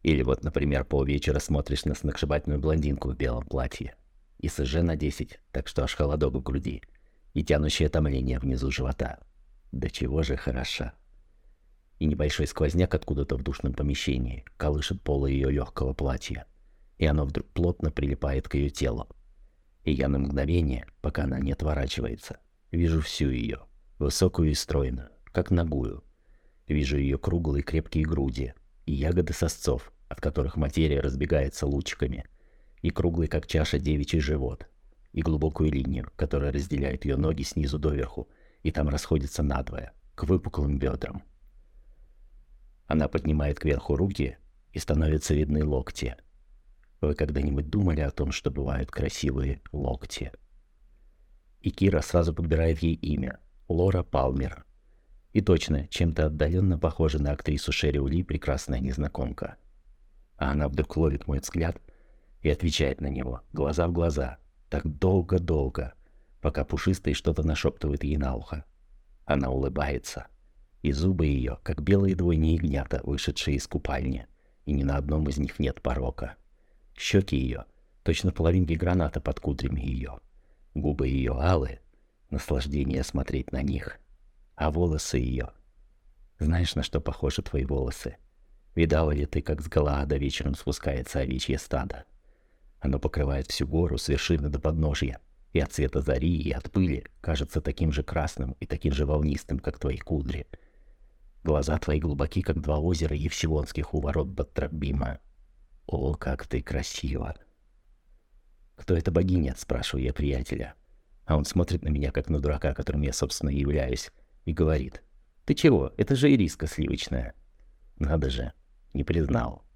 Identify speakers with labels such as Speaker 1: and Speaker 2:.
Speaker 1: Или вот, например, полвечера смотришь на сногсшибательную блондинку в белом платье. И СЖ на 10, так что аж холодок в груди. И тянущее томление внизу живота. Да чего же хороша. И небольшой сквозняк откуда-то в душном помещении колышет полы ее легкого платья. И оно вдруг плотно прилипает к ее телу. И я на мгновение, пока она не отворачивается, вижу всю ее, высокую и стройную, как нагую. Вижу ее круглые крепкие груди и ягоды сосцов, от которых материя разбегается лучиками, и круглый, как чаша, девичий живот, и глубокую линию, которая разделяет ее ноги снизу доверху, и там расходится надвое, к выпуклым бедрам. Она поднимает кверху руки, и становятся видны локти. Вы когда-нибудь думали о том, что бывают красивые локти? И Кира сразу подбирает ей имя – Лора Палмер. И точно, чем-то отдаленно похожа на актрису Шерил Ли «Прекрасная незнакомка». А она вдруг ловит мой взгляд и отвечает на него, глаза в глаза, так долго-долго, пока Пушистый что-то нашептывает ей на ухо. Она улыбается, и зубы ее, как белые двойни ягнята, вышедшие из купальни, и ни на одном из них нет порока. Щеки ее, точно половинки граната под кудрями ее. Губы ее алые, наслаждение смотреть на них. А волосы ее... Знаешь, на что похожи твои волосы? Видала ли ты, как с Галаада вечером спускается овечье стадо? Оно покрывает всю гору с вершины до подножья, и от цвета зари, и от пыли кажется таким же красным и таким же волнистым, как твои кудри. Глаза твои глубоки, как два озера Евсивонских у ворот Баттрабима. О, как ты красива! «Кто эта богиня?» – спрашиваю я приятеля. А он смотрит на меня, как на дурака, которым я, собственно, являюсь, и говорит: «Ты чего? Это же ириска сливочная». Надо же, не признал.